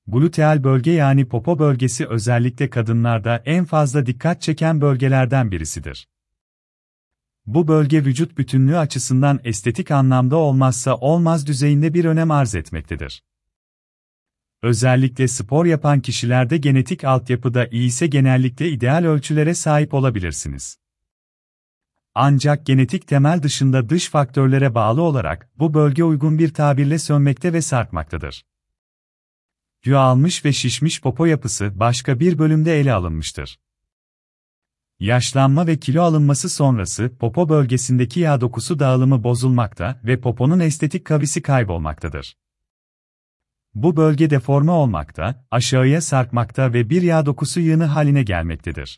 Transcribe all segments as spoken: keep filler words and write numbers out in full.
Gluteal bölge yani popo bölgesi özellikle kadınlarda en fazla dikkat çeken bölgelerden birisidir. Bu bölge vücut bütünlüğü açısından estetik anlamda olmazsa olmaz düzeyinde bir önem arz etmektedir. Özellikle spor yapan kişilerde genetik altyapıda iyiyse genellikle ideal ölçülere sahip olabilirsiniz. Ancak genetik temel dışında dış faktörlere bağlı olarak bu bölge uygun bir tabirle sönmekte ve sarkmaktadır. Kilo almış ve şişmiş popo yapısı başka bir bölümde ele alınmıştır. Yaşlanma ve kilo alınması sonrası popo bölgesindeki yağ dokusu dağılımı bozulmakta ve poponun estetik kavisi kaybolmaktadır. Bu bölge deforme olmakta, aşağıya sarkmakta ve bir yağ dokusu yığını haline gelmektedir.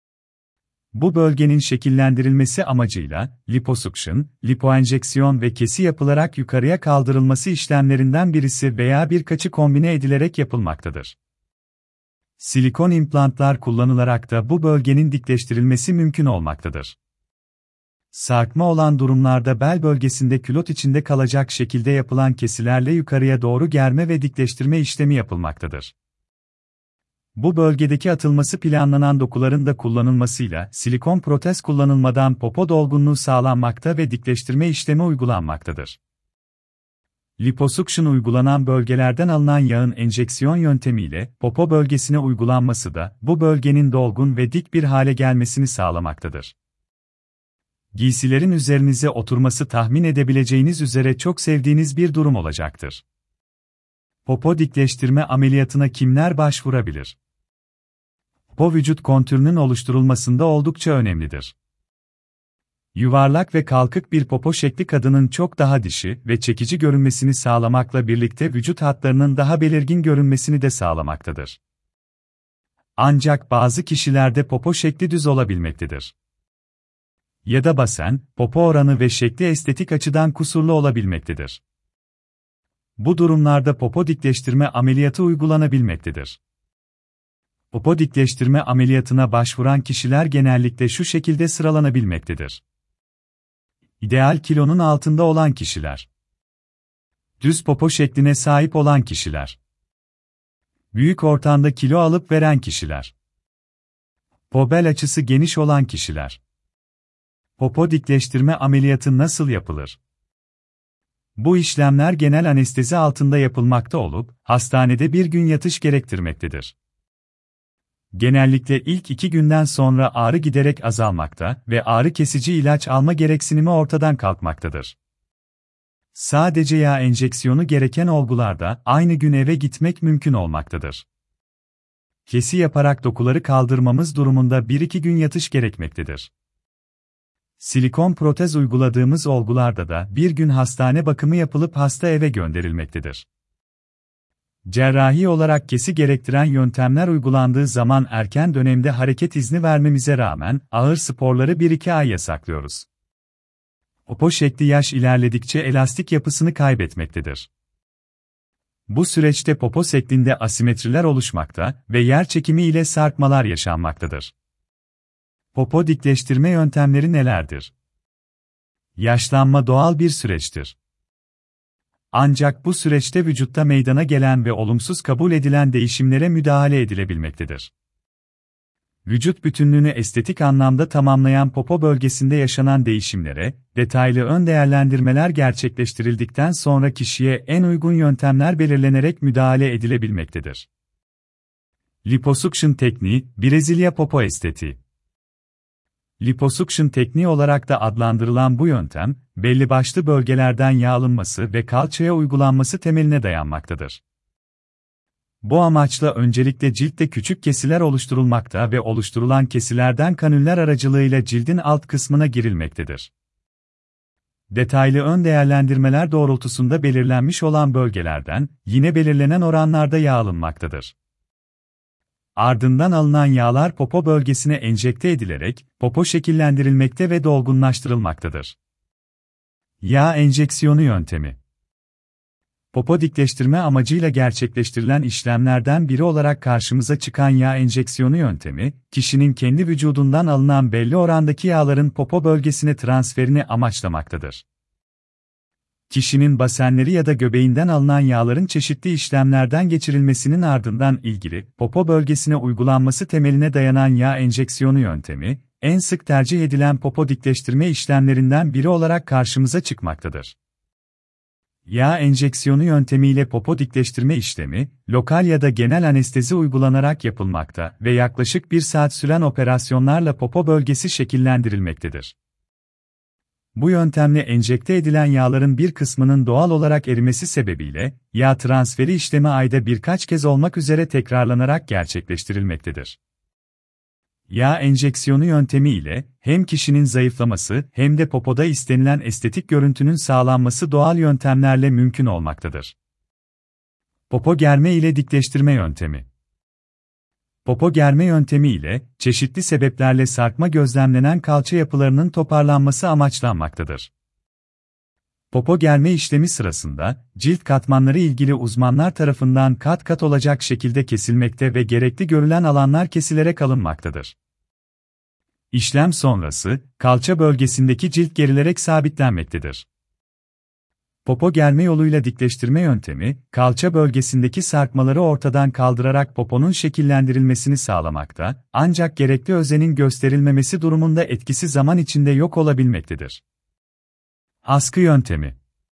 Bu bölgenin şekillendirilmesi amacıyla liposuction, lipoenjeksiyon ve kesi yapılarak yukarıya kaldırılması işlemlerinden birisi veya birkaçı kombine edilerek yapılmaktadır. Silikon implantlar kullanılarak da bu bölgenin dikleştirilmesi mümkün olmaktadır. Sarkma olan durumlarda bel bölgesinde külot içinde kalacak şekilde yapılan kesilerle yukarıya doğru germe ve dikleştirme işlemi yapılmaktadır. Bu bölgedeki atılması planlanan dokuların da kullanılmasıyla silikon protez kullanılmadan popo dolgunluğu sağlanmakta ve dikleştirme işlemi uygulanmaktadır. Liposuction uygulanan bölgelerden alınan yağın enjeksiyon yöntemiyle popo bölgesine uygulanması da bu bölgenin dolgun ve dik bir hale gelmesini sağlamaktadır. Giysilerin üzerinize oturması tahmin edebileceğiniz üzere çok sevdiğiniz bir durum olacaktır. Popo dikleştirme ameliyatına kimler başvurabilir? Popo vücut kontürünün oluşturulmasında oldukça önemlidir. Yuvarlak ve kalkık bir popo şekli kadının çok daha dişi ve çekici görünmesini sağlamakla birlikte vücut hatlarının daha belirgin görünmesini de sağlamaktadır. Ancak bazı kişilerde popo şekli düz olabilmektedir. Ya da basen, popo oranı ve şekli estetik açıdan kusurlu olabilmektedir. Bu durumlarda popo dikleştirme ameliyatı uygulanabilmektedir. Popo dikleştirme ameliyatına başvuran kişiler genellikle şu şekilde sıralanabilmektedir. İdeal kilonun altında olan kişiler. Düz popo şekline sahip olan kişiler. Büyük ortamda kilo alıp veren kişiler. Popo bel açısı geniş olan kişiler. Popo dikleştirme ameliyatı nasıl yapılır? Bu işlemler genel anestezi altında yapılmakta olup, hastanede bir gün yatış gerektirmektedir. Genellikle ilk iki günden sonra ağrı giderek azalmakta ve ağrı kesici ilaç alma gereksinimi ortadan kalkmaktadır. Sadece yağ enjeksiyonu gereken olgularda aynı gün eve gitmek mümkün olmaktadır. Kesi yaparak dokuları kaldırmamız durumunda bir iki gün yatış gerekmektedir. Silikon protez uyguladığımız olgularda da bir gün hastane bakımı yapılıp hasta eve gönderilmektedir. Cerrahi olarak kesi gerektiren yöntemler uygulandığı zaman erken dönemde hareket izni vermemize rağmen ağır sporları bir iki ay yasaklıyoruz. Popo şekli yaş ilerledikçe elastik yapısını kaybetmektedir. Bu süreçte popo şeklinde asimetriler oluşmakta ve yer çekimi ile sarkmalar yaşanmaktadır. Popo dikleştirme yöntemleri nelerdir? Yaşlanma doğal bir süreçtir. Ancak bu süreçte vücutta meydana gelen ve olumsuz kabul edilen değişimlere müdahale edilebilmektedir. Vücut bütünlüğünü estetik anlamda tamamlayan popo bölgesinde yaşanan değişimlere, detaylı ön değerlendirmeler gerçekleştirildikten sonra kişiye en uygun yöntemler belirlenerek müdahale edilebilmektedir. Liposuction tekniği, Brezilya popo estetiği. Liposuction tekniği olarak da adlandırılan bu yöntem, belli başlı bölgelerden yağ alınması ve kalçaya uygulanması temeline dayanmaktadır. Bu amaçla öncelikle ciltte küçük kesiler oluşturulmakta ve oluşturulan kesilerden kanüller aracılığıyla cildin alt kısmına girilmektedir. Detaylı ön değerlendirmeler doğrultusunda belirlenmiş olan bölgelerden, yine belirlenen oranlarda yağ alınmaktadır. Ardından alınan yağlar popo bölgesine enjekte edilerek, popo şekillendirilmekte ve dolgunlaştırılmaktadır. Yağ enjeksiyonu yöntemi. Popo dikleştirme amacıyla gerçekleştirilen işlemlerden biri olarak karşımıza çıkan yağ enjeksiyonu yöntemi, kişinin kendi vücudundan alınan belli orandaki yağların popo bölgesine transferini amaçlamaktadır. kişinin basenleri ya da göbeğinden alınan yağların çeşitli işlemlerden geçirilmesinin ardından ilgili popo bölgesine uygulanması temeline dayanan yağ enjeksiyonu yöntemi, en sık tercih edilen popo dikleştirme işlemlerinden biri olarak karşımıza çıkmaktadır. Yağ enjeksiyonu yöntemiyle popo dikleştirme işlemi, lokal ya da genel anestezi uygulanarak yapılmakta ve yaklaşık bir saat süren operasyonlarla popo bölgesi şekillendirilmektedir. Bu yöntemle enjekte edilen yağların bir kısmının doğal olarak erimesi sebebiyle, yağ transferi işlemi ayda birkaç kez olmak üzere tekrarlanarak gerçekleştirilmektedir. Yağ enjeksiyonu yöntemi ile hem kişinin zayıflaması hem de popoda istenilen estetik görüntünün sağlanması doğal yöntemlerle mümkün olmaktadır. Popo germe ile dikleştirme yöntemi. Popo germe yöntemi ile çeşitli sebeplerle sarkma gözlemlenen kalça yapılarının toparlanması amaçlanmaktadır. Popo germe işlemi sırasında, cilt katmanları ilgili uzmanlar tarafından kat kat olacak şekilde kesilmekte ve gerekli görülen alanlar kesilerek alınmaktadır. İşlem sonrası, kalça bölgesindeki cilt gerilerek sabitlenmektedir. Popo germe yoluyla dikleştirme yöntemi, kalça bölgesindeki sarkmaları ortadan kaldırarak poponun şekillendirilmesini sağlamakta, ancak gerekli özenin gösterilmemesi durumunda etkisi zaman içinde yok olabilmektedir. Askı yöntemi.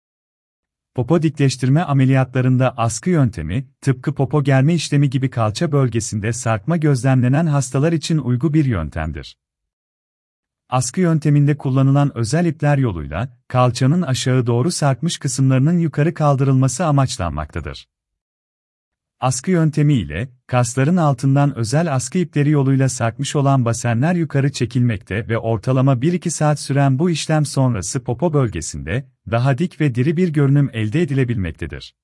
Popo dikleştirme ameliyatlarında askı yöntemi, tıpkı popo germe işlemi gibi kalça bölgesinde sarkma gözlemlenen hastalar için uygun bir yöntemdir. Askı yönteminde kullanılan özel ipler yoluyla, kalçanın aşağı doğru sarkmış kısımlarının yukarı kaldırılması amaçlanmaktadır. Askı yöntemi ile, kasların altından özel askı ipleri yoluyla sarkmış olan basenler yukarı çekilmekte ve ortalama bir iki saat süren bu işlem sonrası popo bölgesinde, daha dik ve diri bir görünüm elde edilebilmektedir.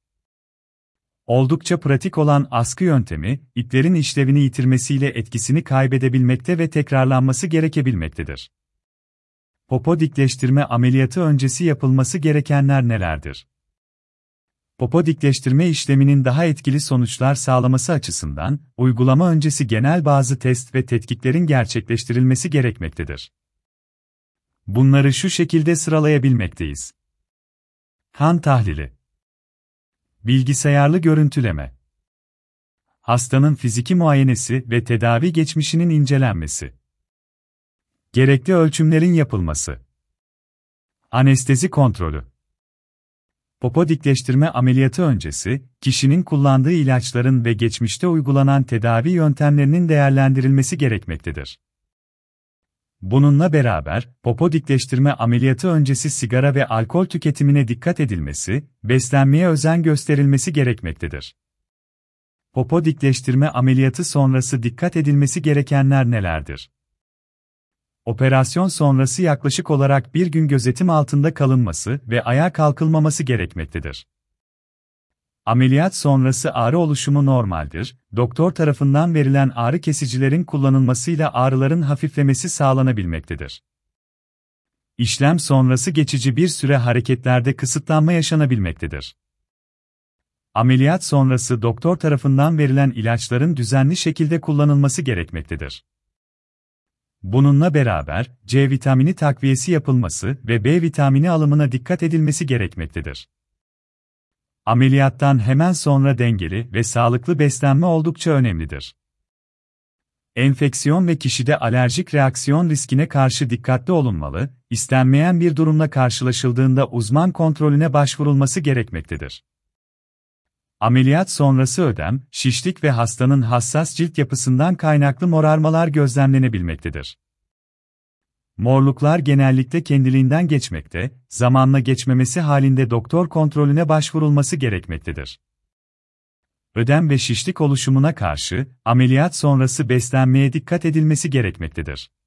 Oldukça pratik olan askı yöntemi, iplerin işlevini yitirmesiyle etkisini kaybedebilmekte ve tekrarlanması gerekebilmektedir. Popo dikleştirme ameliyatı öncesi yapılması gerekenler nelerdir? Popo dikleştirme işleminin daha etkili sonuçlar sağlaması açısından, uygulama öncesi genel bazı test ve tetkiklerin gerçekleştirilmesi gerekmektedir. Bunları şu şekilde sıralayabilmekteyiz. Kan tahlili. Bilgisayarlı görüntüleme. Hastanın fiziki muayenesi ve tedavi geçmişinin incelenmesi. Gerekli ölçümlerin yapılması. Anestezi kontrolü. Popo dikleştirme ameliyatı öncesi, kişinin kullandığı ilaçların ve geçmişte uygulanan tedavi yöntemlerinin değerlendirilmesi gerekmektedir. Bununla beraber, popo dikleştirme ameliyatı öncesi sigara ve alkol tüketimine dikkat edilmesi, beslenmeye özen gösterilmesi gerekmektedir. Popo dikleştirme ameliyatı sonrası dikkat edilmesi gerekenler nelerdir? Operasyon sonrası yaklaşık olarak bir gün gözetim altında kalınması ve ayağa kalkılmaması gerekmektedir. Ameliyat sonrası ağrı oluşumu normaldir, doktor tarafından verilen ağrı kesicilerin kullanılmasıyla ağrıların hafiflemesi sağlanabilmektedir. İşlem sonrası geçici bir süre hareketlerde kısıtlanma yaşanabilmektedir. Ameliyat sonrası doktor tarafından verilen ilaçların düzenli şekilde kullanılması gerekmektedir. Bununla beraber, C vitamini takviyesi yapılması ve B vitamini alımına dikkat edilmesi gerekmektedir. Ameliyattan hemen sonra dengeli ve sağlıklı beslenme oldukça önemlidir. Enfeksiyon ve kişide alerjik reaksiyon riskine karşı dikkatli olunmalı, istenmeyen bir durumla karşılaşıldığında uzman kontrolüne başvurulması gerekmektedir. Ameliyat sonrası ödem, şişlik ve hastanın hassas cilt yapısından kaynaklı morarmalar gözlemlenebilmektedir. Morluklar genellikle kendiliğinden geçmekte, zamanla geçmemesi halinde doktor kontrolüne başvurulması gerekmektedir. Ödem ve şişlik oluşumuna karşı, ameliyat sonrası beslenmeye dikkat edilmesi gerekmektedir.